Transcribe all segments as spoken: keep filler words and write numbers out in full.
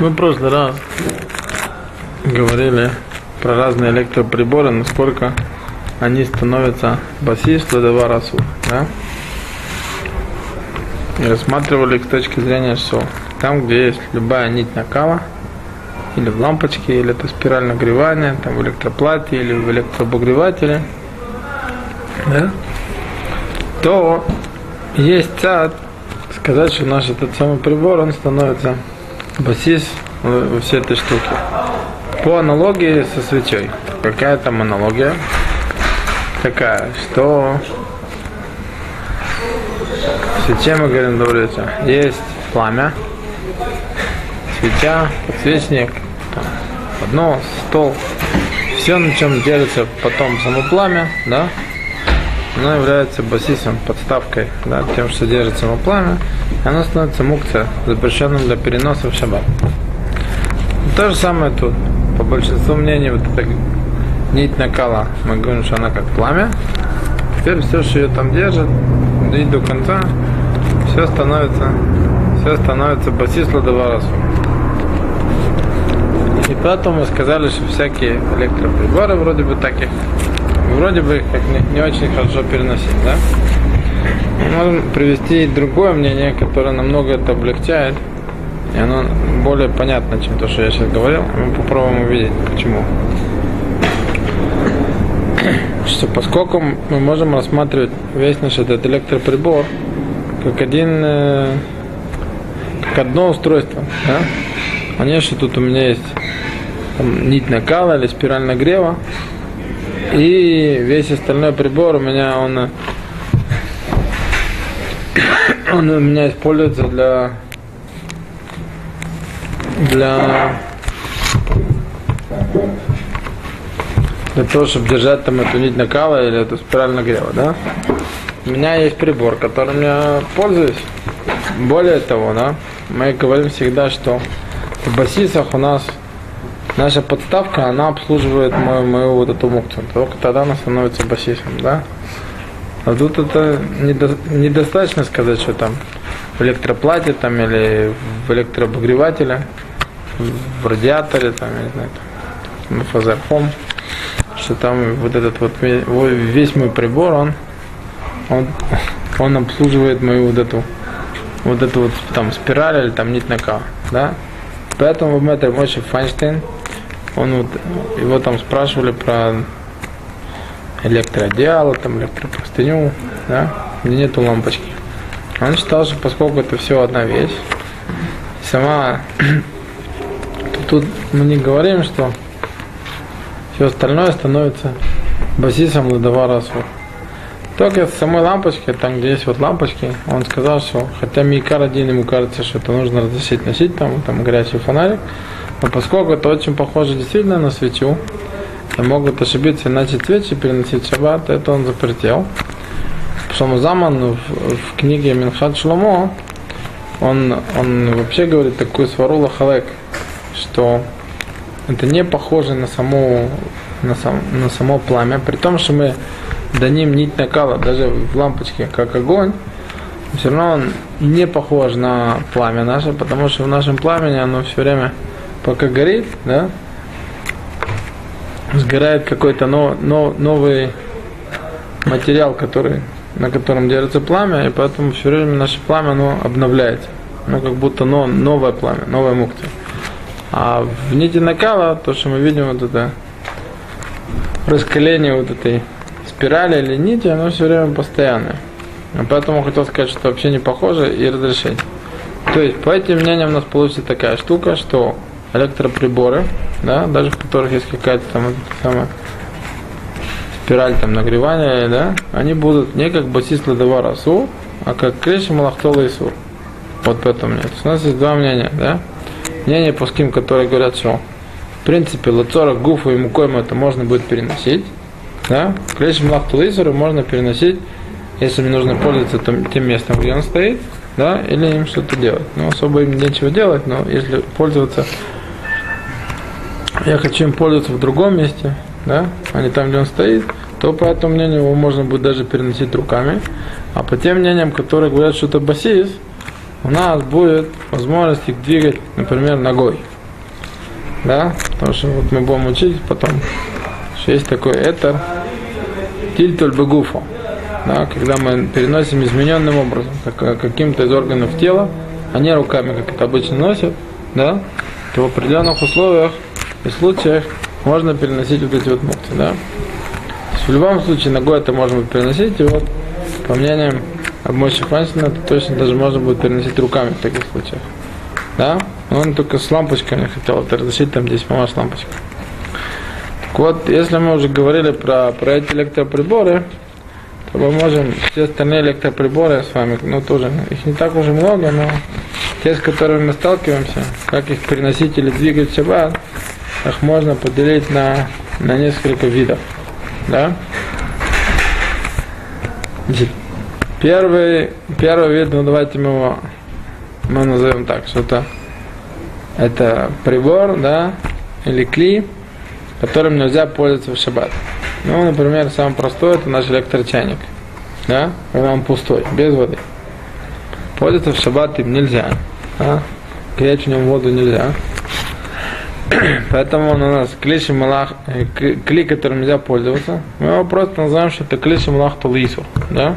Мы в прошлый раз говорили про разные электроприборы, насколько они становятся басис ледова расу, да? И рассматривали их с точки зрения, что там, где есть любая нить накала, или в лампочке, или это спираль нагревания, там в электроплате, или в электрообогревателе, да? То есть цад сказать, что наш этот самый прибор, он становится басис во всей этой штуке. По аналогии со свечой. Какая там аналогия? Такая, что в свече мы говорим, говорится, есть пламя, свеча, подсвечник, там, поднос, стол, все, на чем держится потом само пламя, да, оно является басисом, подставкой, да, тем, что держит само пламя, и оно становится мукция, запрещенным для переноса в шаббат. То же самое тут. По большинству мнений, вот эта нить накала, мы говорим, что она как пламя. Теперь все, что ее там держит, и до конца, все становится, все становится басис ледова расу. И поэтому мы сказали, что всякие электроприборы вроде бы таких, вроде бы их как не, не очень хорошо переносить, да? Мы можем привести другое мнение, которое намного это облегчает, и оно более понятно, чем то, что я сейчас говорил. Мы попробуем увидеть, почему. Что поскольку мы можем рассматривать весь наш этот электроприбор как один, как одно устройство, да? Конечно, тут у меня есть там, нить накала или спираль нагрева, и весь остальной прибор у меня он, он у меня используется для для для того, чтобы держать там эту нить накала или эту спираль нагрева, да? У меня есть прибор, которым я пользуюсь. Более того, да, мы говорим всегда, что в басисах у нас наша подставка, она обслуживает мою, мою вот эту мукцию. Только тогда она становится басисом, да? А тут это недо, недостаточно сказать, что там в электроплате там, или в электрообогревателе, в радиаторе, там, я не знаю, там, на фазерхом, что там вот этот вот весь мой прибор, он, он, он обслуживает мою вот эту вот эту вот там спираль или там нить накала, да? Поэтому в Мэтр Моше Файнштейн, он вот, его там спрашивали про электроодеяло, там электропростыню, да, где нету лампочки. Он считал, что поскольку это все одна вещь, сама тут мы не говорим, что все остальное становится басисом ледова расу. Только с самой лампочкой, там где есть вот лампочки, он сказал, что хотя Микар один ему кажется, что это нужно разрешить носить, там, там горячий фонарик, но поскольку это очень похоже действительно на свечу, и могут ошибиться и начать свечи переносить в шаббат, это он запретил. Шломо Залман в, в книге Минхат Шломо, он, он вообще говорит такую свару лахалек, что это не похоже на само, на, сам, на само пламя, при том, что мы дадим нить накала даже в лампочке как огонь, все равно он не похож на пламя наше, потому что в нашем пламени оно все время, пока горит, да, сгорает какой-то но, но, новый материал, который, на котором держится пламя, и поэтому все время наше пламя оно обновляется. Ну, как будто но, новое пламя, новая мукция. А в нити накала, то, что мы видим, вот это раскаление вот этой спирали или нити, оно все время постоянное. И поэтому хотел сказать, что вообще не похоже и разрешить. То есть, по этим мнениям у нас получится такая штука, что электроприборы, да, даже в которых есть какая-то там самая спираль там нагревания, да, они будут не как басис ледова расу, а как крещи малахтола исур. Вот по этому мнению. У нас есть два мнения, да. Мнение пуским, которые говорят, что в принципе лацора, гуфу и мукойму это можно будет переносить, да. Крещи малахтола исур можно переносить, если мне нужно пользоваться тем местом, где он стоит, да, или им что-то делать. Ну, особо им нечего делать, но если пользоваться, я хочу им пользоваться в другом месте, да, а не там, где он стоит, то по этому мнению его можно будет даже переносить руками. А по тем мнениям, которые говорят, что это басис, у нас будет возможность их двигать, например, ногой. да, потому что вот мы будем учить потом, что есть такой этер тильтуль бегуфо, да, когда мы переносим измененным образом, как, каким-то из органов тела, а не руками, как это обычно носят, да, то в определенных условиях и случаях можно переносить вот эти вот мукцы, да. То есть в любом случае ногой это можно будет переносить, и вот по мнениям Рабмойши Файнштейна это точно даже можно будет переносить руками в таких случаях, да. Но он только с лампочками хотел это разрешить, там здесь мама с лампочкой. Так вот, если мы уже говорили про, про эти электроприборы, то мы можем все остальные электроприборы с вами, ну тоже, их не так уже много, но те, с которыми мы сталкиваемся, как их переносить или двигать в шаббат, их можно поделить на, на несколько видов. Да? Значит, первый, первый вид, ну давайте мы его мы назовем так, что это, это прибор, да, или кли, которым нельзя пользоваться в шаббат. Ну, например, самый простой это наш электрочайник, да, когда он пустой, без воды. Пользоваться в шаббат им нельзя, да? Греть в нем воду нельзя. Поэтому он у нас клиши малах, кли, которым нельзя пользоваться. Мы его просто называем, что это клиши малах толису, да.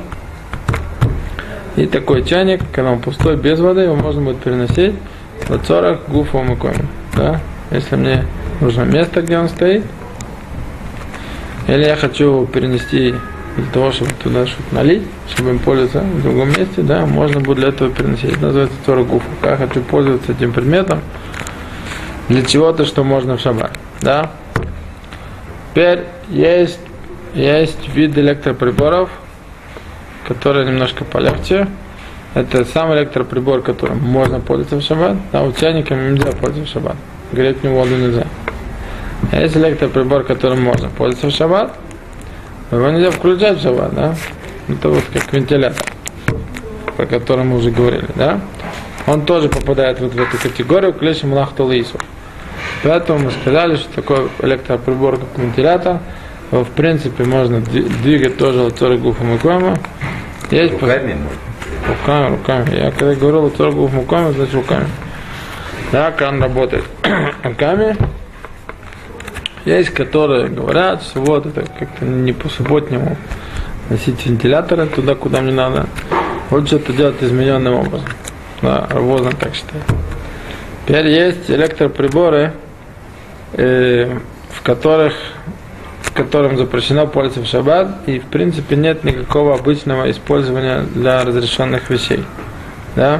И такой чайник, когда он пустой, без воды, его можно будет переносить в сорок гуфа мукоми, да. Если мне нужно место, где он стоит, или я хочу перенести для того, чтобы туда что-то налить, чтобы им пользоваться в другом месте, да, можно будет для этого переносить. Это называется сорок гуфа. Я хочу пользоваться этим предметом для чего-то, что можно в шаббат, да. Теперь есть, есть вид электроприборов, которые немножко полегче. Это сам электроприбор, которым можно пользоваться в шаббат, а вот чайником нельзя пользоваться в шаббат. Греть в нем воду нельзя. А есть электроприбор, которым можно пользоваться в шаббат, его нельзя включать в шаббат, да. Это вот как вентилятор, про который мы уже говорили, да. Он тоже попадает вот в эту категорию клиши малах толису. Поэтому мы сказали, что такой электроприбор, как вентилятор, его в принципе можно двигать тоже лацоры гуфа мукома. Есть руками? Руками, руками. Я когда говорил лацоры гуфа мукома, значит руками. Да, как он работает руками. Есть, которые говорят, что вот это как-то не по-субботнему носить вентиляторы туда, куда мне надо. Вот что-то делать измененным образом. Да, Равозан так считает. Теперь есть электроприборы, э, в которых в которым запрещено пользоваться в шаббат, и в принципе нет никакого обычного использования для разрешенных вещей. Да?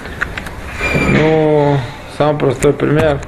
Ну, самый простой пример.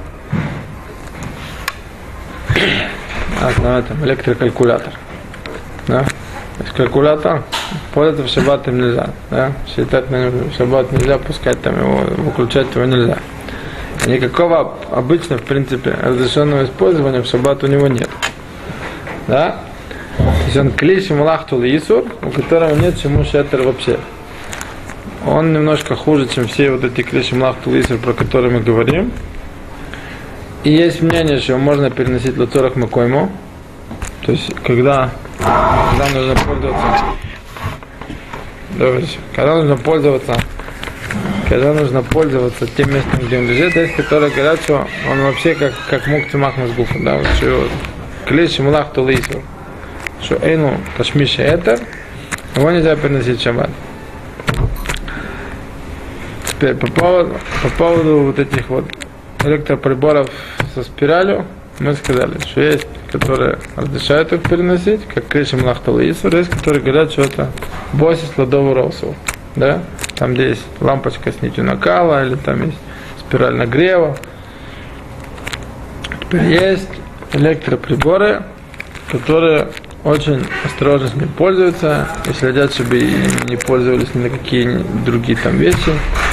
А, на этом электрокалькулятор. Да? То есть калькулятор пользоваться в шаббат им нельзя. Да? Считать на него в шаббат нельзя, пускать там его, выключать его нельзя. Никакого обычно, в принципе, разрешенного использования в шаббат у него нет. Да? То есть он клиши малах толису, у которого нет чему шетер вообще. Он немножко хуже, чем все вот эти клиши малах толису, про которые мы говорим. И есть мнение, что можно переносить лацорах макоймо. То есть, когда, когда нужно пользоваться, давайте, когда нужно пользоваться, когда нужно пользоваться тем местом, где он лежит, есть, которые говорят, что он вообще как, как мукти махмас гуфа, да, вот, что клиши малах толису, что эйну ташмиша это, его нельзя переносить в шаббат. Теперь по поводу, по поводу вот этих вот электроприборов со спиралью, мы сказали, что есть, которые разрешают их переносить, как клиши малах толису, есть, которые говорят, что это боси сладового росу, да, там где есть лампочка с нитью накала, или там есть спираль нагрева. Теперь есть электроприборы, которые очень осторожно с ним пользуются и следят, чтобы не пользовались ни на какие другие там вещи.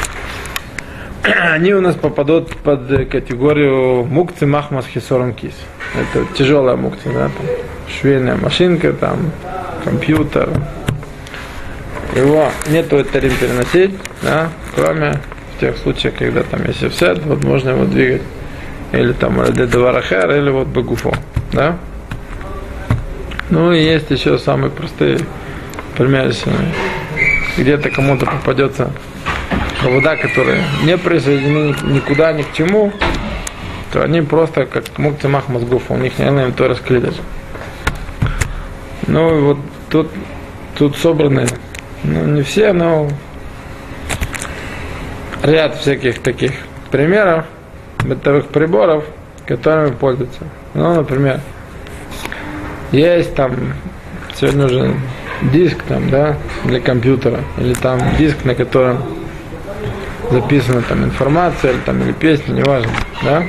Они у нас попадут под категорию мукцы махмас хисорон кис. Это тяжелая мукция, да, там, швейная машинка, там, компьютер. Его нету этарим переносить, да, кроме в тех случаях, когда там есть офсет, вот можно его двигать. Или там редеварахер, или вот багуфо, да. Ну и есть еще самые простые примеры, где-то кому-то попадется провода, которые не присоединены никуда, ни к чему, то они просто как мукцемах мозгов, у них не им то раскрыли даже. Ну и вот тут, тут собраны, ну не все, но ряд всяких таких примеров бытовых приборов, которыми пользуются. Ну, например, есть там сегодня уже диск там, да, для компьютера, или там диск, на котором записана там информация, или там или песня, неважно, да.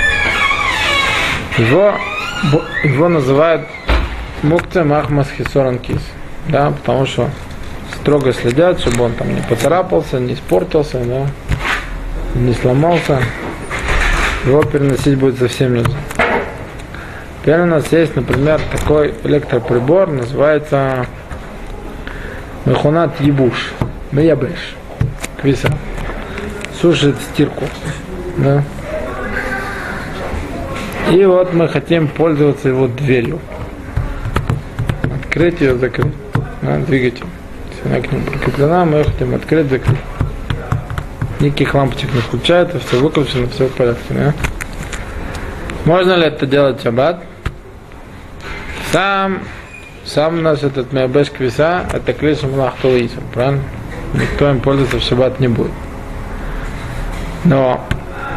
Его, его называют мукце махмас хисоран кис, да, потому что строго следят, чтобы он там не поцарапался, не испортился, да, не сломался. Его переносить будет совсем нельзя. Теперь у нас есть, например, такой электроприбор, называется мехунат ебуш, меябеш, квиса, сушит стирку, да. И вот мы хотим пользоваться его дверью. Открыть ее, закрыть, да, двигатель. Если она к нему прикреплена, мы ее хотим открыть, закрыть. Никаких лампочек не включается, все выключено, все в порядке, да? Можно ли это делать в шаббат? Сам, сам у нас этот меябеш квиса, это клиша млахту лису, правильно? Никто им пользоваться в шаббат не будет. Но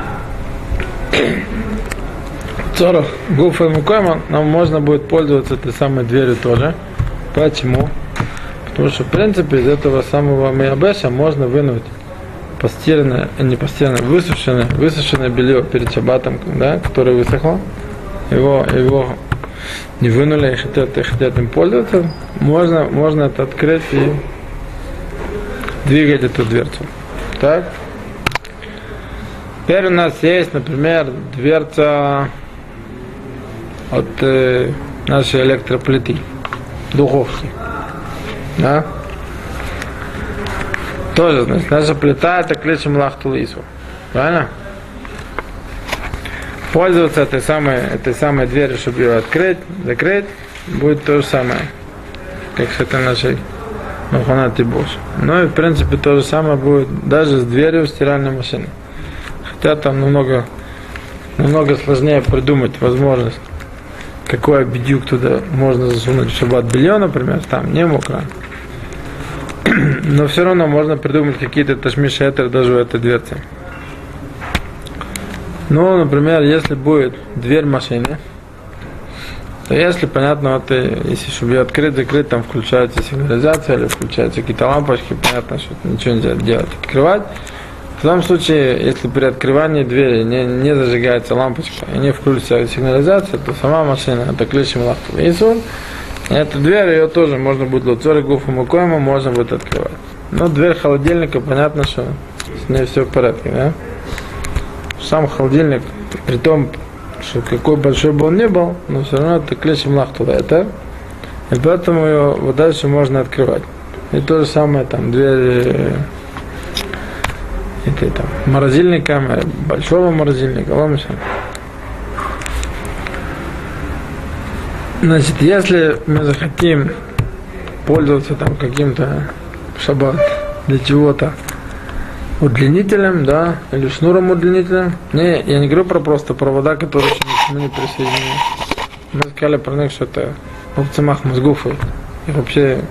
цорах гуфа и мукойма нам можно будет пользоваться этой самой дверью тоже. Почему? Потому что в принципе из этого самого меябеша можно вынуть постиранное, не постиранное, высушенное, высушенное белье перед шаббатом, да, которое высохло. Его, его не вынули и хотят, и хотят им пользоваться. Можно, можно это открыть и двигать эту дверцу. Так. Теперь у нас есть, например, дверца от э, нашей электроплиты, духовки. Да? Тоже, значит, наша плита это клиша млахту лису. Правильно? Пользоваться этой самой, этой самой дверью, чтобы ее открыть, закрыть, будет то же самое, как с этой нашей мехунат ебуш. Ну и в принципе то же самое будет даже с дверью стиральной машины. Хотя там намного, намного сложнее придумать возможность, какой бедюк туда можно засунуть в шаббат белье, например, там не мокро. Но все равно можно придумать какие-то ташмишетеры даже в этой дверце. Ну, например, если будет дверь машины, то если, понятно, вот, если чтобы ее открыть, закрыть, там включается сигнализация или включаются какие-то лампочки, понятно, что ничего нельзя делать, открывать. В том случае, если при открывании двери не, не зажигается лампочка и не включится сигнализация, то сама машина, это клиша млахту лису. Эту дверь, ее тоже можно будет лоцоры гуфа мукойма, можно будет открывать. Но дверь холодильника, понятно, что с ней все в порядке, да? Сам холодильник, при том, что какой большой бы он ни был, но все равно это клиша млахту это. И поэтому ее вот дальше можно открывать. И то же самое там дверь этой там морозильника, большого морозильника, ломишься. Значит, если мы захотим пользоваться там каким-то шаббат для чего-то удлинителем, да, или шнуром удлинителем, не, я не говорю про просто провода, которые еще никому не присоединены. Мы сказали про них, что это мукцемах мозгов и вообще.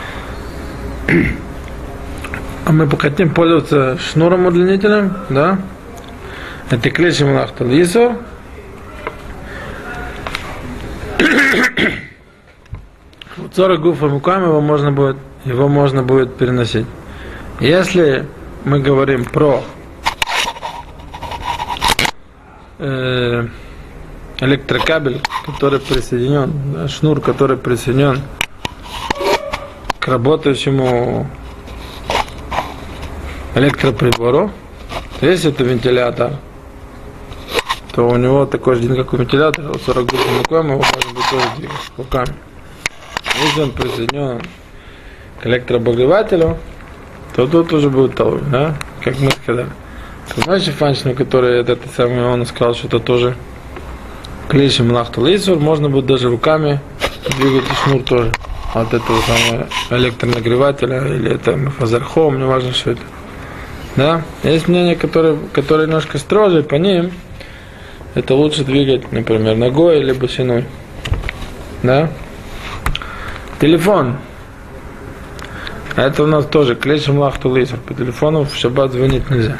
А мы хотим пользоваться шнуром удлинителем, да, это клиша млахту лису. сорок гуфа мукам его можно будет, его можно будет переносить. Если мы говорим про э, электрокабель, который присоединен, да, шнур, который присоединен к работающему электроприбору, то если это вентилятор, то у него такой же день, как у вентилятора, сорок гуфа мукам, его можно будет тоже двигать руками. Если он присоединен к электрообогревателю, то тут уже будет толк, да? Как мы сказали. Знаешь, фанчину, который этот самый, он сказал, что это тоже клиша млахту лису, можно будет даже руками двигать и шнур тоже от этого самого электронагревателя, или это фазерхом, не важно, что это. Да? Есть мнения, которые, которые немножко строже, по ним это лучше двигать, например, ногой или босиной. Да? Телефон. Это у нас тоже клешем лахту лейсер. По телефону в шаббат звонить нельзя.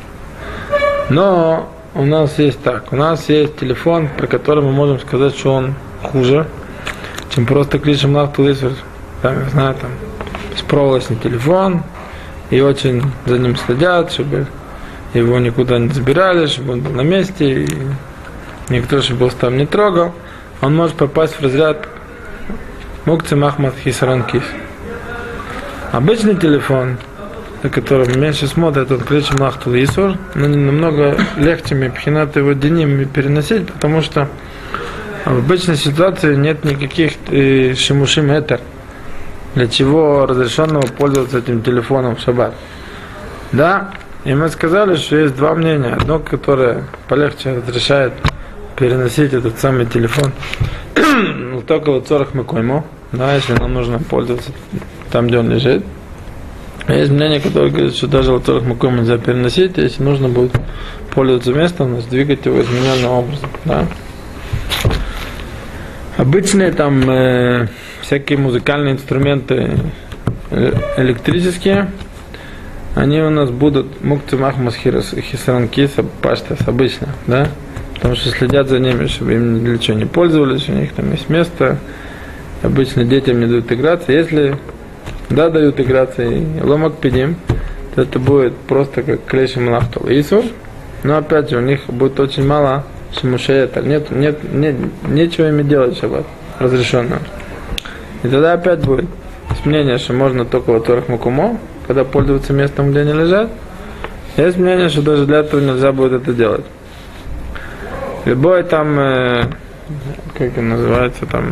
Но у нас есть так. У нас есть телефон, про который мы можем сказать, что он хуже, чем просто клешем лахту лейсер. Там, я знаю, там спроволочный телефон. И очень за ним следят, чтобы его никуда не забирали, чтобы он был на месте. И никто, чтобы его там не трогал. Он может попасть в разряд мукцы махмад хисаранкис. Обычный телефон, на котором меньше смотрят, он клечем лахтул исур, но намного легче мипхинат его деним переносить, потому что в обычной ситуации нет никаких э, шимушим этер, для чего разрешенного пользоваться этим телефоном в шаббат. Да, и мы сказали, что есть два мнения. Одно, которое полегче разрешает переносить этот самый телефон только вот сорок макоймо, да, если нам нужно пользоваться там, где он лежит. Есть мнение, которое говорит, что даже вот сорок макоймо нельзя переносить, если нужно будет пользоваться местом, но сдвигать его измененным образом. Да. Обычные там э, всякие музыкальные инструменты электрические, они у нас будут мукцы махмас хисаранкис паштас обычно, да, потому что следят за ними, чтобы им для чего не пользовались, у них там есть место. Обычно детям не дают играться. Если да, дают играться и ломак пидим, то это будет просто как клешем лахтул исур. Но опять же, у них будет очень мало шимушеета. Нет, нет, нет, нечего ими делать в шаббат разрешенного. И тогда опять будет мнение, что можно только во вторых макумо, когда пользоваться местом, где они лежат. Есть мнение, что даже для этого нельзя будет это делать. Любой там, э, как это называется, там,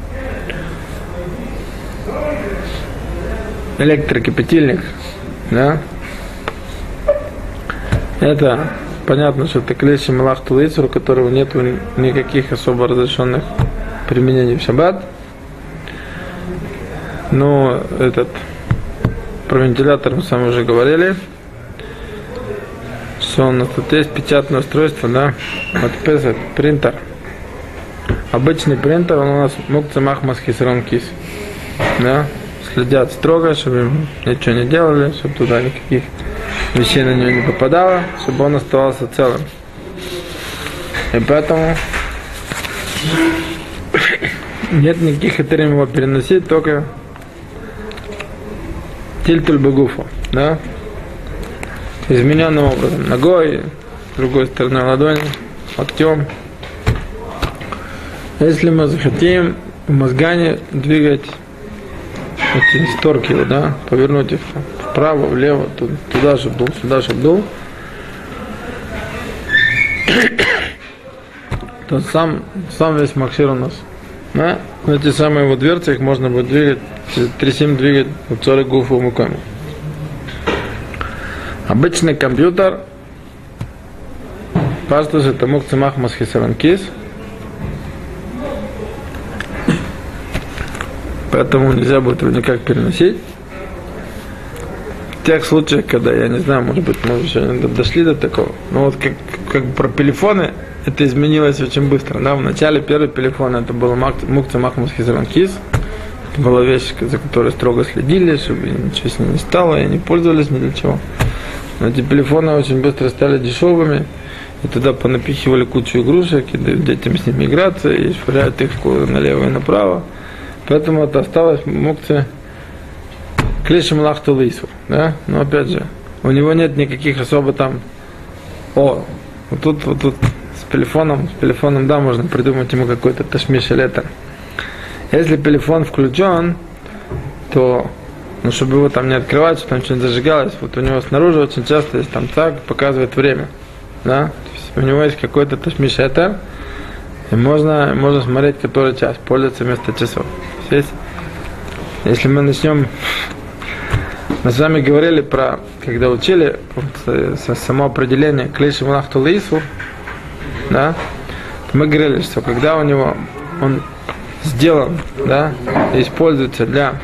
электрокипятильник, да, это понятно, что это клещем лахтул исур, у которого нет никаких особо разрешенных применений в шаббат. Но этот, про вентилятор мы с вами уже говорили, что у нас тут есть печатное устройство, да, отписать, принтер. Обычный принтер, он у нас мукцы махмас хисаранкис, да, следят строго, чтобы им ничего не делали, чтобы туда никаких вещей на него не попадало, чтобы он оставался целым. И поэтому нет никаких хитрим его переносить, только тильтуль бегуфу, да, измененным образом, ногой, с другой стороны ладони, локтем. Если мы захотим в мозгане двигать эти сторки, да, повернуть их вправо, влево, туда, чтобы дул, сюда, чтобы дул, то сам, сам весь максир у нас. Да? Эти самые вот дверцы, их можно будет двигать, трясим двигать в цоры гуфу мукому. Обычный компьютер, пастус это мукцы махмас хисаранкис, поэтому нельзя будет его никак переносить. В тех случаях, когда, я не знаю, может быть, мы еще не дошли до такого, но вот как, как бы про телефоны, это изменилось очень быстро. Да? В начале первый телефон это был мукцы махмас хисаранкис. Это была вещь, за которой строго следили, чтобы ничего с ней не стало, и не пользовались ни для чего. Но эти телефоны очень быстро стали дешевыми, и туда понапихивали кучу игрушек, и дают детям с ними играться, и швыряют их налево и направо. Поэтому это осталось мукцы клешем лахтул исур. Да? Но опять же, у него нет никаких особо там. О, вот тут, вот тут с телефоном, с телефоном, да, можно придумать ему какой-то ташмиш летер. Если телефон включен, то, ну, чтобы его там не открывать, чтобы там что-нибудь зажигалось, вот у него снаружи очень часто есть там так, показывает время. Да? То есть у него есть какой-то ташмиш летер, и можно, можно смотреть, который час, пользоваться вместо часов. Здесь, если мы начнем, мы с вами говорили про, когда учили вот, само определение клешем лахтул исур, да, мы говорили, что когда у него он сделан, да, используется для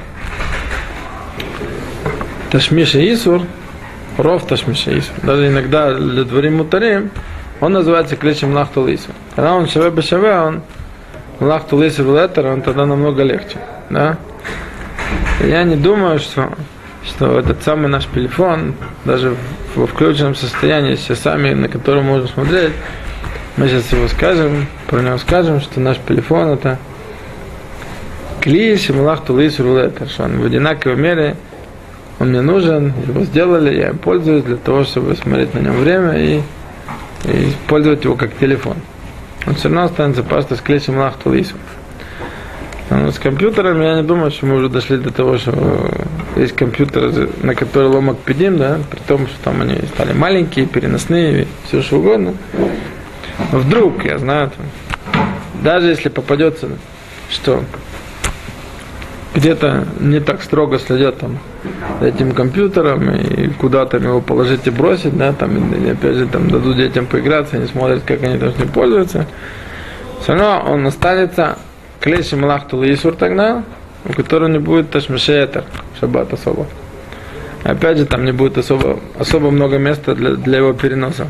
ташмиша исур, ров ташмиша исур, даже иногда для дворим мутарим, он называется клещем млахту лису. Когда он шаве бешаве, он млахту лису летер, он тогда намного легче. Да? Я не думаю, что, что этот самый наш телефон, даже в включенном состоянии, с часами, на которые можно смотреть, мы сейчас его скажем, про него скажем, что наш телефон это клиш, млахту лису летер, что он в одинаковой мере, он мне нужен, его сделали, я им пользуюсь для того, чтобы смотреть на нем время и, и использовать его как телефон. Он все равно останется просто с клещем млахту лису. Но с компьютером я не думаю, что мы уже дошли до того, что есть компьютеры, на которые ломак пидим, да, при том, что там они стали маленькие, переносные, все что угодно. Но вдруг, я знаю, там, даже если попадется, что где-то не так строго следят там за этим компьютером и куда там его положить и бросить, да, там, и опять же там дадут детям поиграться, они смотрят, как они должны пользоваться, все равно он останется клещи млахту лисур тогда, у которого не будет ташмишеетер, шаббат особо. Опять же, там не будет особо, особо много места для, для его переноса.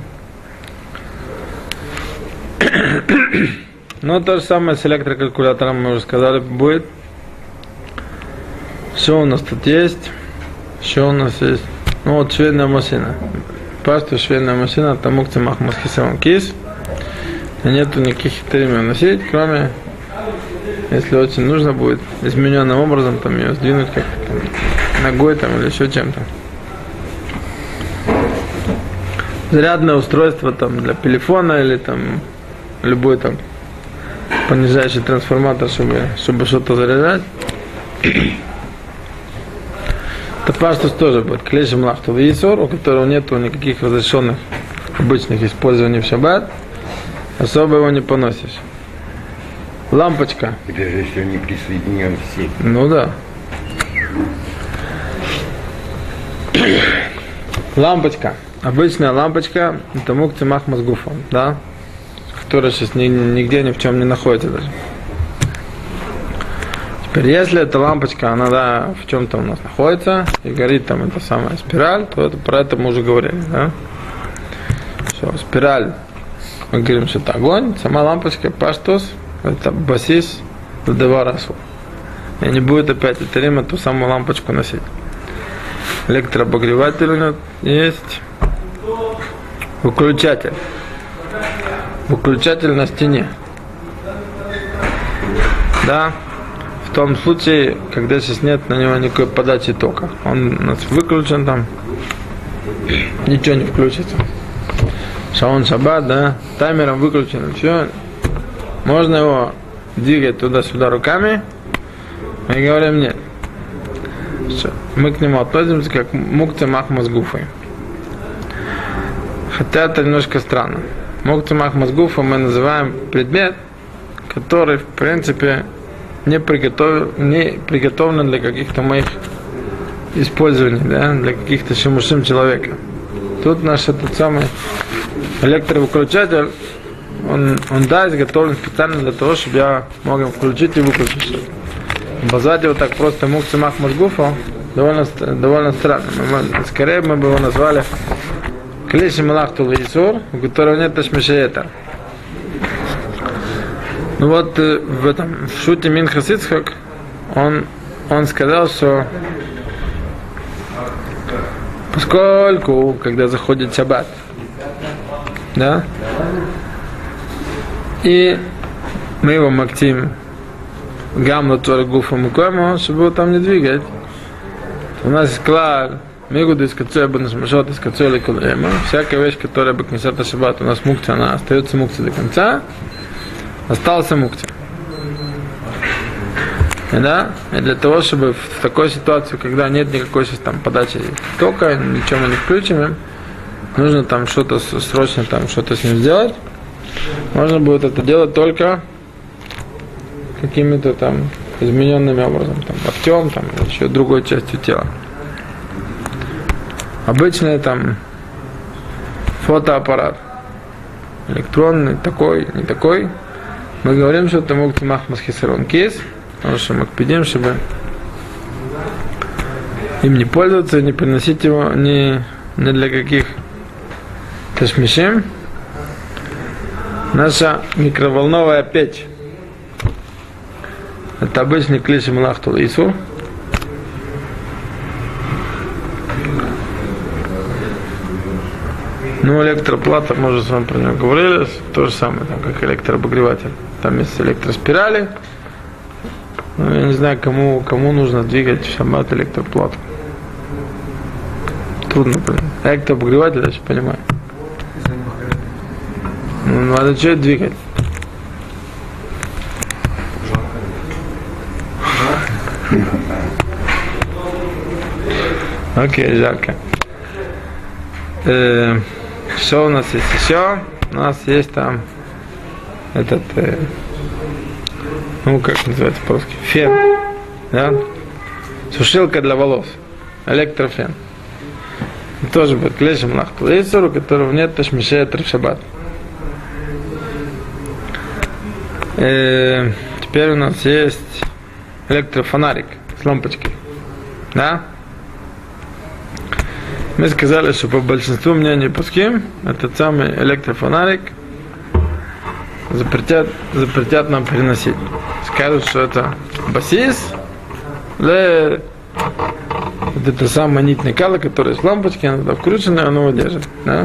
Но то же самое с электрокалькулятором, мы уже сказали, будет. Что у нас тут есть? Что у нас есть? Ну вот швейная машина. Пасту швейная машина, там мукцы махмас хисаван кис. И нету никаких хитрин носить, кроме, если очень нужно будет, измененным образом там ее сдвинуть как-то ногой там или еще чем-то. Зарядное устройство там для телефона или там любой там понижающий трансформатор, чтобы, чтобы что-то заряжать. Паштус тоже будет клещ млахту лисур, у которого нету никаких разрешенных обычных использований в шаббат, особо его не поносишь. Лампочка. Это же если он не присоединен к сети. Ну да. Лампочка. Обычная лампочка, это мукцы махмас гуфа, да, которая сейчас ни, нигде ни в чем не находится даже. Теперь, если эта лампочка, она да, в чем-то у нас находится, и горит там эта самая спираль, то это, про это мы уже говорили, да? Все, спираль, мы говорим, что это огонь, сама лампочка, паштус, это басис, два расу. И не будет опять это время ту самую лампочку носить. Электрообогреватель у него есть, выключатель, выключатель на стене, да? В том случае, когда сейчас нет на него никакой подачи тока. Он у нас выключен там, ничего не включится. Шаон шаббат, да, таймером выключен, все. Можно его двигать туда-сюда руками. Мы говорим нет. Все. Мы к нему относимся как мукцы махмас гуфы. Хотя это немножко странно. Мукцы махмас гуфы мы называем предмет, который в принципе не приготовлен, не приготовлен для каких-то моих использований, да, для каких-то шимушим человека. Тут наш этот самый электровыключатель, он, он да, изготовлен специально для того, чтобы я мог его включить и выключить. Базать его так просто мукцы махмас гуфа довольно, довольно странно. Мы, скорее мы бы его назвали клещи млахту лисур, у которого нет ташмишеетер. Ну вот в этом в шуте Минхас Ицхак он, он сказал, что поскольку когда заходит шаббат, да, и мы его мактим гамну твор гуфа мукому, чтобы его там не двигать, у нас есть клар мигуду из кацуя бенашмашот из кацуя лекулема, всякая вещь, которая бы кнесет шаббат, у нас мукция, она остается мукция до конца. Остался мукти. И, да? И для того, чтобы в такой ситуации, когда нет никакой там подачи тока, ничего мы не включим, нужно там что-то срочно там что-то с ним сделать. Можно будет это делать только какими-то там измененными образом, там локтем, там еще другой частью тела. Обычный там фотоаппарат, электронный, такой, не такой. Мы говорим, что это мукцы махмас хисарон кис, потому что мы пидим, чтобы им не пользоваться, не приносить его ни, ни для каких ташмишим. Наша микроволновая печь. Это обычный клиши млахтул исур. Ну, электроплата, мы уже с вами про нее говорили, то же самое, там, как электрообогреватель. Там есть электроспирали. Ну, я не знаю, кому, кому нужно двигать в шаббат электроплату. Трудно понять. Электрообогреватель, я еще понимаю. Ну, надо что двигать? Окей, жарко. Э, что у нас есть еще? У нас есть там этот, э, ну как называется по-русски, фен, да? Сушилка для волос, электрофен. Тоже будет клешем нахту лейсору, у которого нет ташмишея трефшабат. Э, теперь у нас есть электрофонарик с лампочкой, да? Мы сказали, что по большинству мнений пуским этот самый электрофонарик запретят, запретят нам переносить. Скажут, что это басис, для вот это самая нить накала, которая с лампочки, она туда вкручена, она его держит. Да?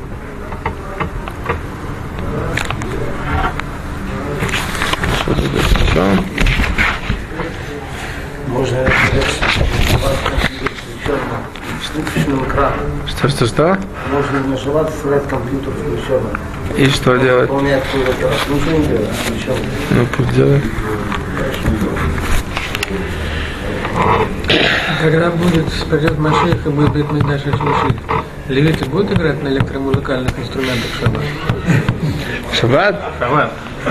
Что тут еще? Можно Что, что, что? Можно нажимать, снять компьютер включенным. И что делать? Выполнять какую-то ничего не делать, включенным. Ну, пусть делай. Когда будет, придет Машиах и будет Бейт-Микдаш Шлиши, левиты будут играть на электромузыкальных инструментах в шаббат? Шаббат? Шаббат.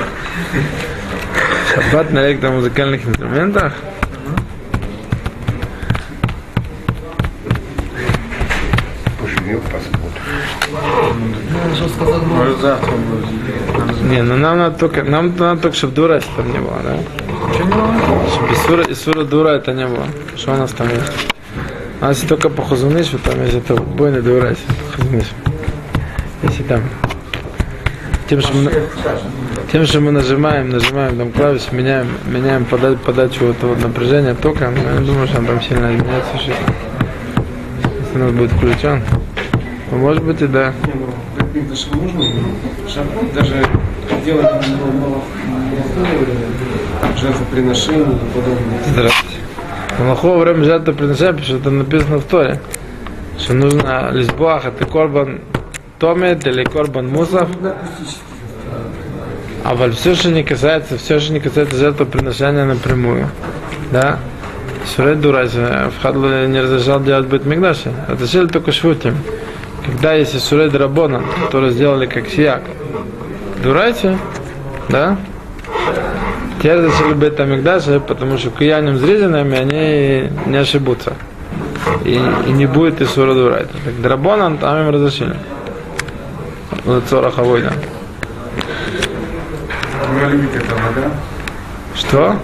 Шаббат на электромузыкальных инструментах? Поживем, посмотрим. Может завтра будет. Не, ну нам надо только, нам надо только, чтобы дура там не было, да? Почему не было? Чтобы из сура, из сура дура это не было. Что у нас там есть? У нас есть только по хузунышу, там есть это бойный дура, если хузуныш. Если там. Тем, что мы, тем, что мы нажимаем, нажимаем там клавиши, меняем, меняем подачу, подачу вот этого напряжения тока, но я не думаю, что он там сильно изменяется что-то. Если у нас будет включен. Ну, может быть и да. Даже можно шаббат, даже делать жертвоприношение и подобное. Здравствуйте. Малаху во время жертвоприношения, потому что это написано в Торе, что нужно лисбуах, это корбан томет или корбан мусав. А вот все, что не касается, все, что не касается жертвоприношения напрямую, да, Сурет Дурайса, в Хадле не разрешал делать Бейт-Микдаши. Разрешили только швутим. Когда есть Сурет Рабона, которые сделали как сияк Дурайса, да, те разрешили Бейт-Микдаши, потому что куяним с резинами они не ошибутся. И, и не будет и Сурет Дурайса. Так Драбона там им разрешили. Вот Цора Хавойна. Вы любите это, да? Что?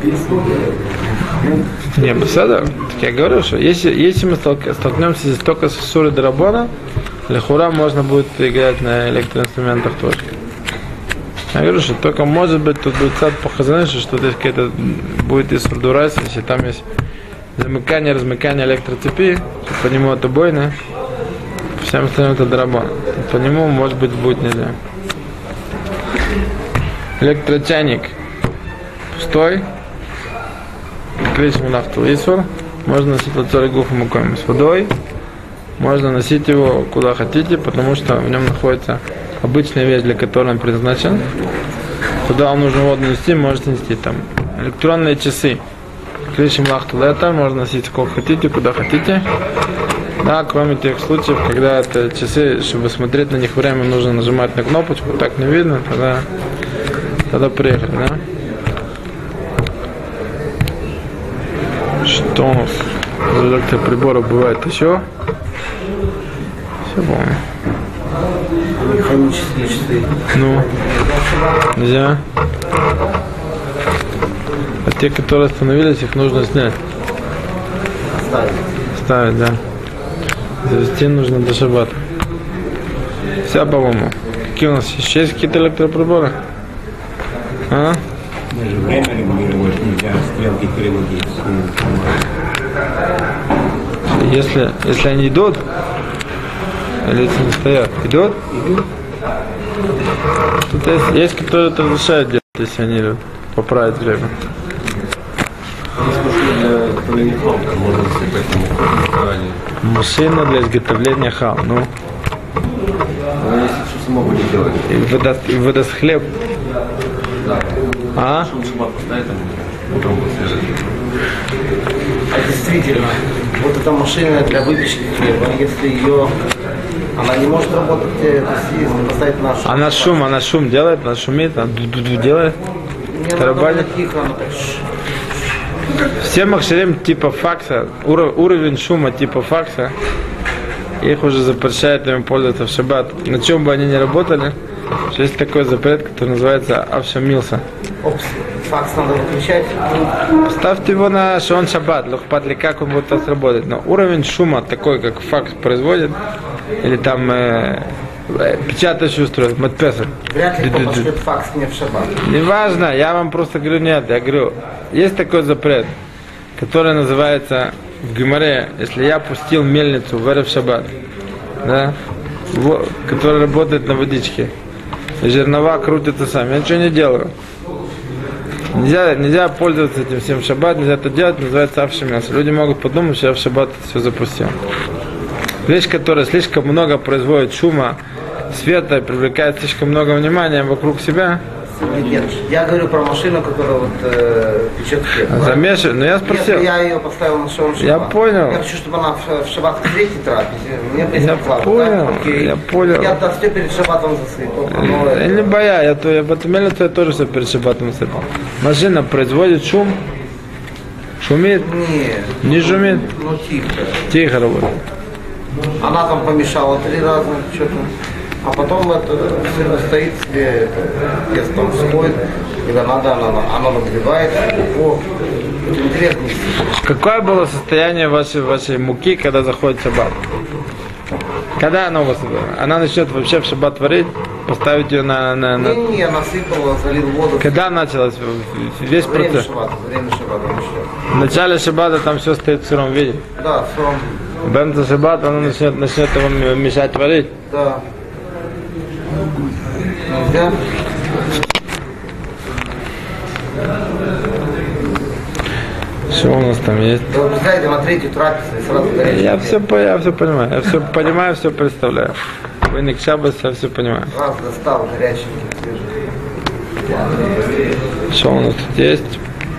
Не, беседа. Так я говорю, что если, если мы столкнемся здесь только с Сурой Драбона, лехура можно будет играть на электроинструментах тоже. Я говорю, что только может быть тут будет сад по хазанышу, что здесь какая-то будет из Сурдурайс, если там есть замыкание, размыкание электроцепи, что по нему это бойно, всем остальным это Драбон. По нему может быть будет нельзя. Электрочайник пустой, клейшим нафту исур, можно носить лацори гуфа мукоем с водой, можно носить его куда хотите, потому что в нем находится обычная вещь, для которой он предназначен. Куда вам нужно воду нести, можете нести там электронные часы. Клейшим лахту летар, можно носить сколько хотите, куда хотите. Да, кроме тех случаев, когда это часы, чтобы смотреть на них время, нужно нажимать на кнопочку, так не видно, тогда, тогда приехали, да? Что у нас за электроприборов бывает еще? Все помню. Механические часы. Ну, нельзя. А те, которые остановились, их нужно снять. Оставить. Ставить, да. Завести нужно до шаббата. Вся, по-моему. Какие у нас еще есть какие-то электроприборы? А? Даже время регулировать нельзя, стрелки переводить. Если, если они идут, или если не стоят, идут? Тут есть, есть которые это разрешают делать, если они идут, поправить время. Машина для изготовления хал. Ну. И выдаст, и выдаст хлеб. А? А действительно, вот эта машина для выпечки хлеба, если ее, она не может работать, если поставить на шум. Она шум, она шум делает, она шумит, она ду-ду-ду делает. Не, Тарабанит. тихо, она так ш- Все махшерим типа факса, уро- уровень шума типа факса, их уже запрещают им пользоваться в шаббат. На чем бы они ни работали, что есть такой запрет, который называется авшамилса. Опс, факс надо выключать. Ставьте его на шон шаббат, лохпат ли как он будет так работать. Но уровень шума такой, как факс производит, или там э, э, печатающий устройство, матпесер. Вряд ли кто пошлет факс мне в шаббат. Неважно, я вам просто говорю, нет, я говорю, есть такой запрет, который называется в Гемаре, если я пустил мельницу в эрев шаббат, да, во, которая работает на водичке, и жернова крутятся сами, я ничего не делаю. Нельзя, нельзя пользоваться этим всем в шаббат, нельзя это делать, называется авшамилс. Люди могут подумать, что я в шаббат все запустил. Вещь, которая слишком много производит шума, света, привлекает слишком много внимания вокруг себя. Нет, я говорю про машину, которая вот э, печет хлеб. Замешиваю, но я спросил. Если я ее поставил на шоу шаббат, Я понял. я хочу, чтобы она в, в шаббат в третьей трапезе, мне Я понял, я понял. Я да, все перед шаббатом засыпал. но Я это- не боя, я, то, я в эту мельницу я тоже все перед шаббатом сыпал. Машина производит шум, шумит, Не, не шумит, ну тихо. тихо работает. Она там помешала три раза, что-то. А потом это все стоит себе, это, если там всходит, когда надо, она, она нагревает. О, это интересно. Какое было состояние вашей, вашей муки, когда заходит шаббат? Когда она у вас? Она начнет вообще в шаббат варить, поставить ее на... на, на... Не-не, насыпала, залил воду. Когда началось весь Время процесс? шаббата, время шаббата начнет. В начале шаббата там все стоит в сыром виде. Да, все, В бенце шаббата она начнет, начнет его мешать варить. да. Нельзя? Что у нас там есть? Да вы представляете, на третью трапезу и сразу горячий. Я все, я все понимаю, я все понимаю, все представляю. Войник Шаббас, я все понимаю. Раз достал горячий, свежий. Что у нас тут есть?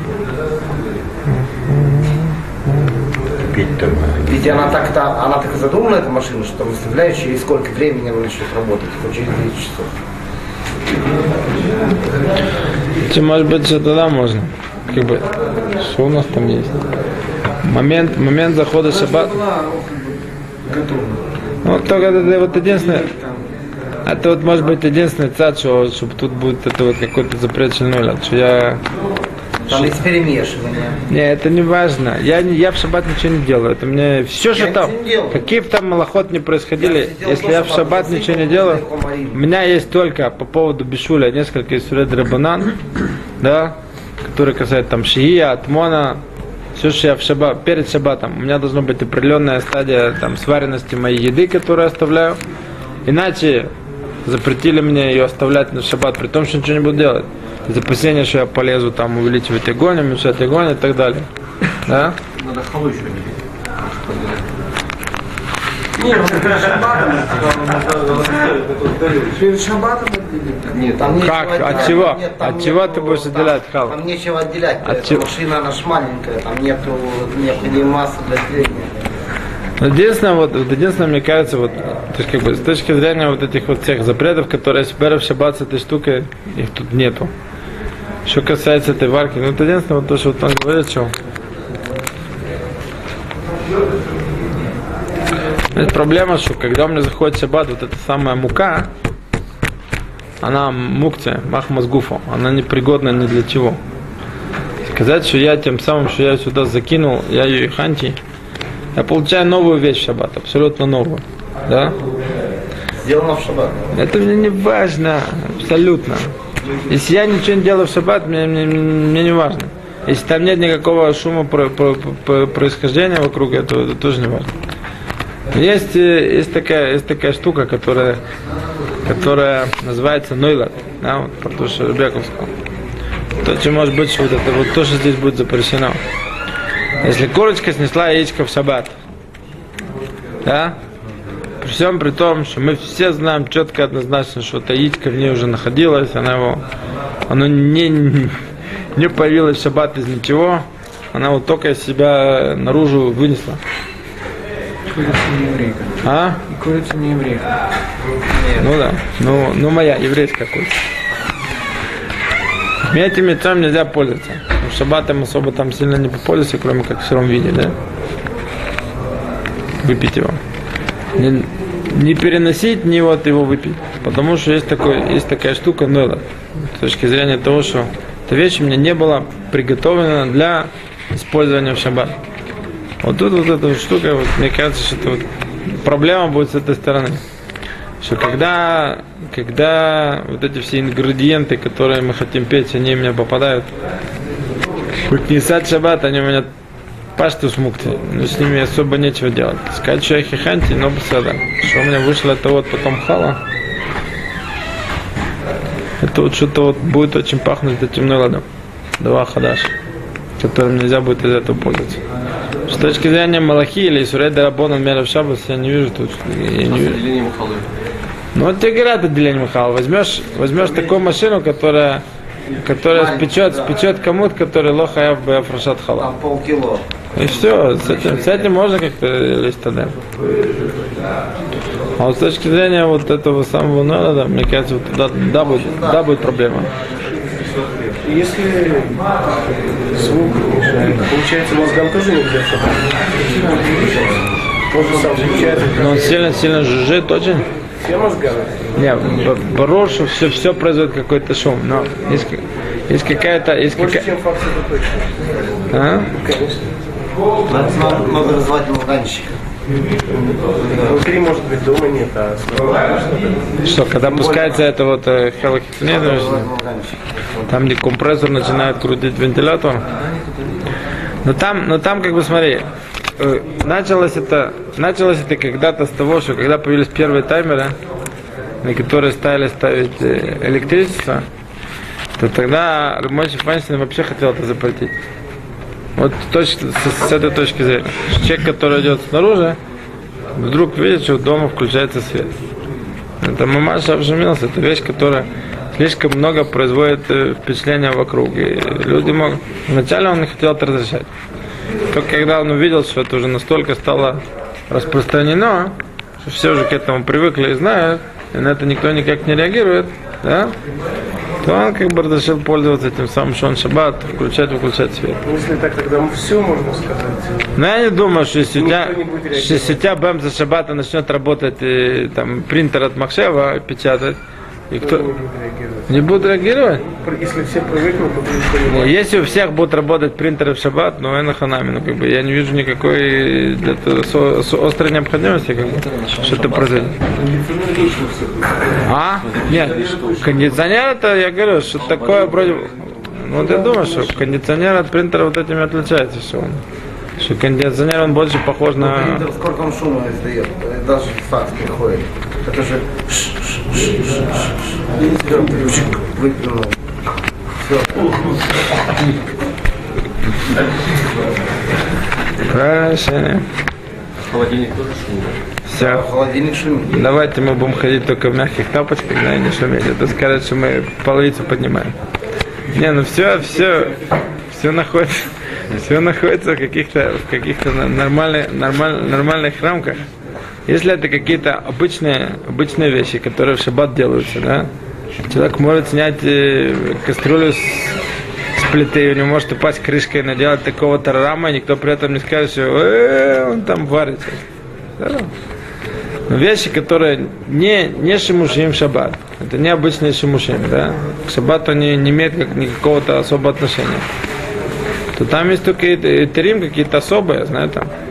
Пить там. Ведь она так-то, она так и задумана, эта машина, что выставляешь, через сколько времени она начнет работать, хоть через десять часов. Че, может быть, что тогда можно? Как бы, что у нас там есть? Момент, момент захода шаббат. Готово. Ну, вот только это вот единственное. Это вот может быть единственный цад, что, чтобы тут будет это вот какой-то запрет ноль, что я. Там есть перемешивание. Не, это не важно. Я, не, я в шаббат ничего не делаю. Это мне все, что Я там, ничего не делаю. какие бы там малоход не происходили, Я сидел если до я в шаббата, шаббат засыпал, ничего не делаю, далеко морил. у меня есть только по поводу бишуля несколько из сурет Рабанан, да, которые касаются там шия, атмона, все, что я в шаббат, перед шаббатом, у меня должна быть определенная стадия там сваренности моей еды, которую я оставляю, иначе запретили мне ее оставлять на шаббат, при том, что ничего не буду делать. Из опасения, что я полезу там увеличивать огонь, уменьшать огонь и так далее. Да? Надо халу еще не Перед шаббатом Нет, там нечего Как? отделять. От чего? Нет, там От чего нету- ты будешь там- отделять халу? Там нечего отделять. От Эта чего? машина, она ж маленькая, там нету необходимой массы для деления. Но единственное, вот, вот единственное, мне кажется, вот, то есть, как бы, с точки зрения вот этих вот всех запретов, которые есть в Эрев шаббат с этой штукой, их тут нету. Что касается этой варки, ну это единственное, вот то, что вот он говорит, что есть проблема, что когда у меня заходит шаббат, вот эта самая мука, она мукция, махмазгуфа, она непригодна ни для чего. Сказать, что я тем самым, что я сюда закинул, я ее и ханти, я получаю новую вещь в шаббат, абсолютно новую. Да? сделано в шаббат. Это мне не важно, абсолютно. Если я ничего не делаю в шаббат, мне, мне, мне не важно. Если там нет никакого шума про, про, про происхождения вокруг этого, это тоже не важно. Есть, есть, такая, есть такая штука, которая, которая называется нойлат, да, вот, про то, что Ребеков сказал. То, что может быть, что вот это вот то, что здесь будет запрещено. Если курочка снесла яичко в шаббат, да, при всем при том, что мы все знаем четко, однозначно, что это яичко в ней уже находилось, она его, оно не, не появилось в шаббат из ничего, она вот только из себя наружу вынесла. Курица не еврейка. А? И курица не еврейка. Ну да, ну, ну моя еврейская курица. Этим яйцом нельзя пользоваться. В шаббатом особо там сильно не попользуйся, кроме как в сыром виде, да? Выпить его. Не, не переносить, не вот его выпить. Потому что есть, такой, есть такая штука, нойлат. С точки зрения того, что эта вещь у меня не была приготовлена для использования в шаббат. Вот тут вот эта вот штука, вот, мне кажется, что это вот проблема будет с этой стороны. Что когда, когда вот эти все ингредиенты, которые мы хотим петь, они у меня попадают в Книсат шаббат, они у меня пашту смукти, но с ними особо нечего делать. Сказать, что я хиханти, но беседа. Что у меня вышло, это вот потом хала. Это вот что-то вот будет очень пахнуть этим нойлодом. Два хадаш, которым нельзя будет из этого пользоваться. С точки зрения Малахи или Исурей Дарабона Мера в Шаббас, я не вижу тут. Я не вижу. Ну вот тебе говорят отделение Махала. Возьмешь, возьмешь такую машину, которая, которая спечет, спечет комод, который лохаяв бы афрашат хала. Там полкило. И все, с этим, с этим можно как-то лезть туда. А вот с точки зрения вот этого самого нойлода, мне кажется, вот да, да, будет, да будет проблема. Если звук мешает, получается, мозгам тоже нельзя шаббат? Он же сам включается. Но он сильно-сильно жужжит очень. Все мозгами? Не, борошу, все, все производит какой-то шум, но есть, есть какая-то... Есть Больше, какая... чем факт, это точно. А? Конечно. Надо, надо, надо развивать мозганщика. Внутри, может быть, дома нет, а снаружи. Что, когда пускается это вот хелохитонит, там где компрессор начинает крутить вентилятор. Но там, но там как бы смотри, началось это, началось это когда-то с того, что когда появились первые таймеры, на которые стали ставить электричество, то тогда Мойши Файнштейн вообще хотел это запретить. Вот точки, с, с этой точки зрения. Человек, который идет снаружи, вдруг видит, что дома включается свет. Это мамаш обжимился, это вещь, которая слишком много производит впечатления вокруг. И люди могут... Вначале он не хотел это разрешать. Только когда он увидел, что это уже настолько стало распространено, что все уже к этому привыкли и знают, и на это никто никак не реагирует, да? То он как бы разрешил пользоваться тем самым шон шаббат, включать, выключать свет. Если так, тогда все можно сказать. Но я не думаю, что если у тебя, Никто не будет что если у тебя бэм за шаббата начнет работать и, там, принтер от Махшева печатать, и Никто кто не будет реагировать. не будет реагировать? Если все привыкнут, то никто не Ну, будет. если у всех будут работать принтеры в шаббат, ну, я на ханами, ну, как бы, я не вижу никакой для этого со- со- острой необходимости, как бы, что-то произойдет. А? Нет, кондиционер это, я говорю, что такое вроде, ну, вот я думаю, что кондиционер от принтера вот этими отличается, что он, что кондиционер, он больше похож на... Принтер, сколько он шума издает, даже факс приходит. Это же выплюнул. Все. Хорошо. Холодильник тоже шумит. Все. Холодильник шумит. Давайте мы будем ходить только в мягких тапочках, да, и не шуметь. Это скажет, что мы половицу поднимаем. Не, ну все, все, все находится, все находится в каких-то, в каких-то нормальных, нормаль, нормальных рамках. Если это какие-то обычные, обычные вещи, которые в шаббат делаются, да, человек может снять э, кастрюлю с, с плиты, у него может упасть крышка и наделать такого тарарама, и никто при этом не скажет, что э, он там варится. Да? Но вещи, которые не, не шимушим в шаббат, это не обычные шимушим, да, к шаббату они не имеют как, никакого-то особого отношения. То там есть только терим какие-то особые, я знаю, там,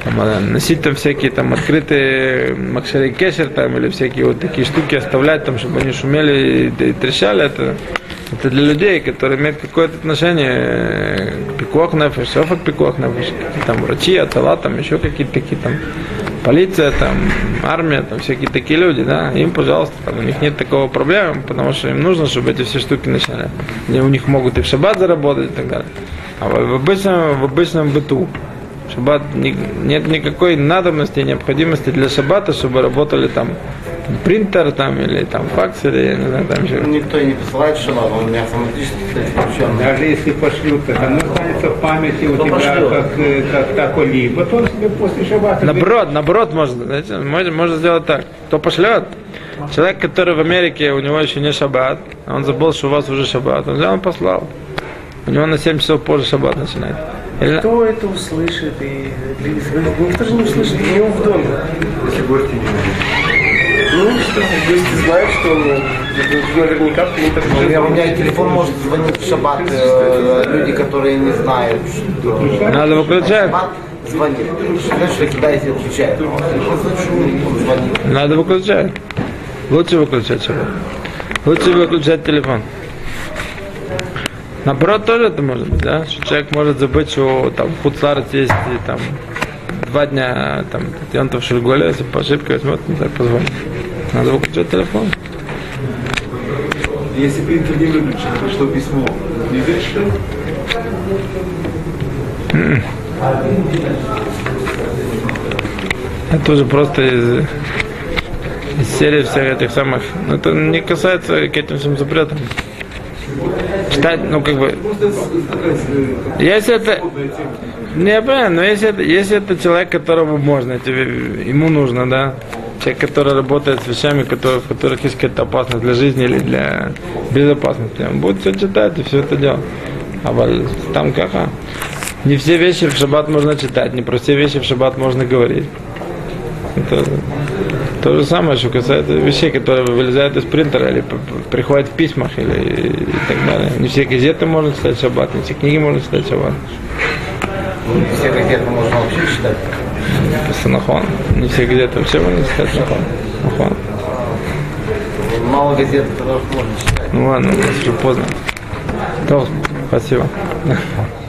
там, а, носить там всякие там открытые макшеры кешер там или всякие вот такие штуки оставлять там, чтобы они шумели и, и трещали, это, это для людей, которые имеют какое-то отношение к пикуах нефеш, софак пикуах нефеш, там врачи, ацала, там еще какие-то такие там, полиция, там, армия, там всякие такие люди, да, им, пожалуйста, там, у них нет такого проблемы, потому что им нужно, чтобы эти все штуки начали. И у них могут и в шаббат заработать и так далее. А в, в, обычном, в обычном быту шаббат не, нет никакой надобности, необходимости для шаббата, чтобы работали там принтер там или там факс или я не знаю там еще. Никто и не посылает шаббат, он у меня автоматически стоит включен. Даже если пошлют, так оно останется в памяти у Кто тебя пошлет? как, э, как такой-либо, то он себе после шаббата... Наоборот, наоборот можно, знаете, можно, можно сделать так. Кто пошлет? Человек, который в Америке, у него еще не шаббат, он забыл, что у вас уже шаббат, он взял и послал. У него на семь часов позже шаббат начинает. Или... Кто это услышит? И никто же не услышит, у него в доме. Если гости не Ну, что, гости знают, что он наверняка принтер У меня, у меня телефон может звонить в шаббат, э, люди, которые не знают, что... Надо выключать. Шаббат звонит. Знаешь, что китайцы отвечают. Он звонит. Надо выключать. Лучше выключать шаббат. Лучше выключать телефон. Наоборот, тоже это может быть, да? Что человек может забыть, что там в Хуцларец есть и, там два дня там он-то в Шульголе, если по ошибке возьмет, не так позвонит. Надо выключать телефон. Если принтер не выключен, пришло письмо, не видишь? Это тоже просто из, из серии всех этих самых. Но это не касается к этим всем запретам. Читать, ну как бы. Если это. Не, понятно, но если это, если это человек, которому можно, тебе, ему нужно, да. Человек, который работает с вещами, которые, в которых есть какая-то опасность для жизни или для безопасности, он будет все читать и все это делать. А там как? А? Не все вещи в шаббат можно читать, не про все вещи в шаббат можно говорить. Это то же самое, что касается вещей, которые вылезают из принтера или приходят в письмах или и так далее. Не все газеты можно читать в шаббат, не все книги можно читать в шаббат. Все газеты можно вообще читать. Нахон. Не все газеты вообще можно читать нахон. Нахон. Мало газет, которых можно читать. Ну ладно, у нас уже поздно. То, спасибо.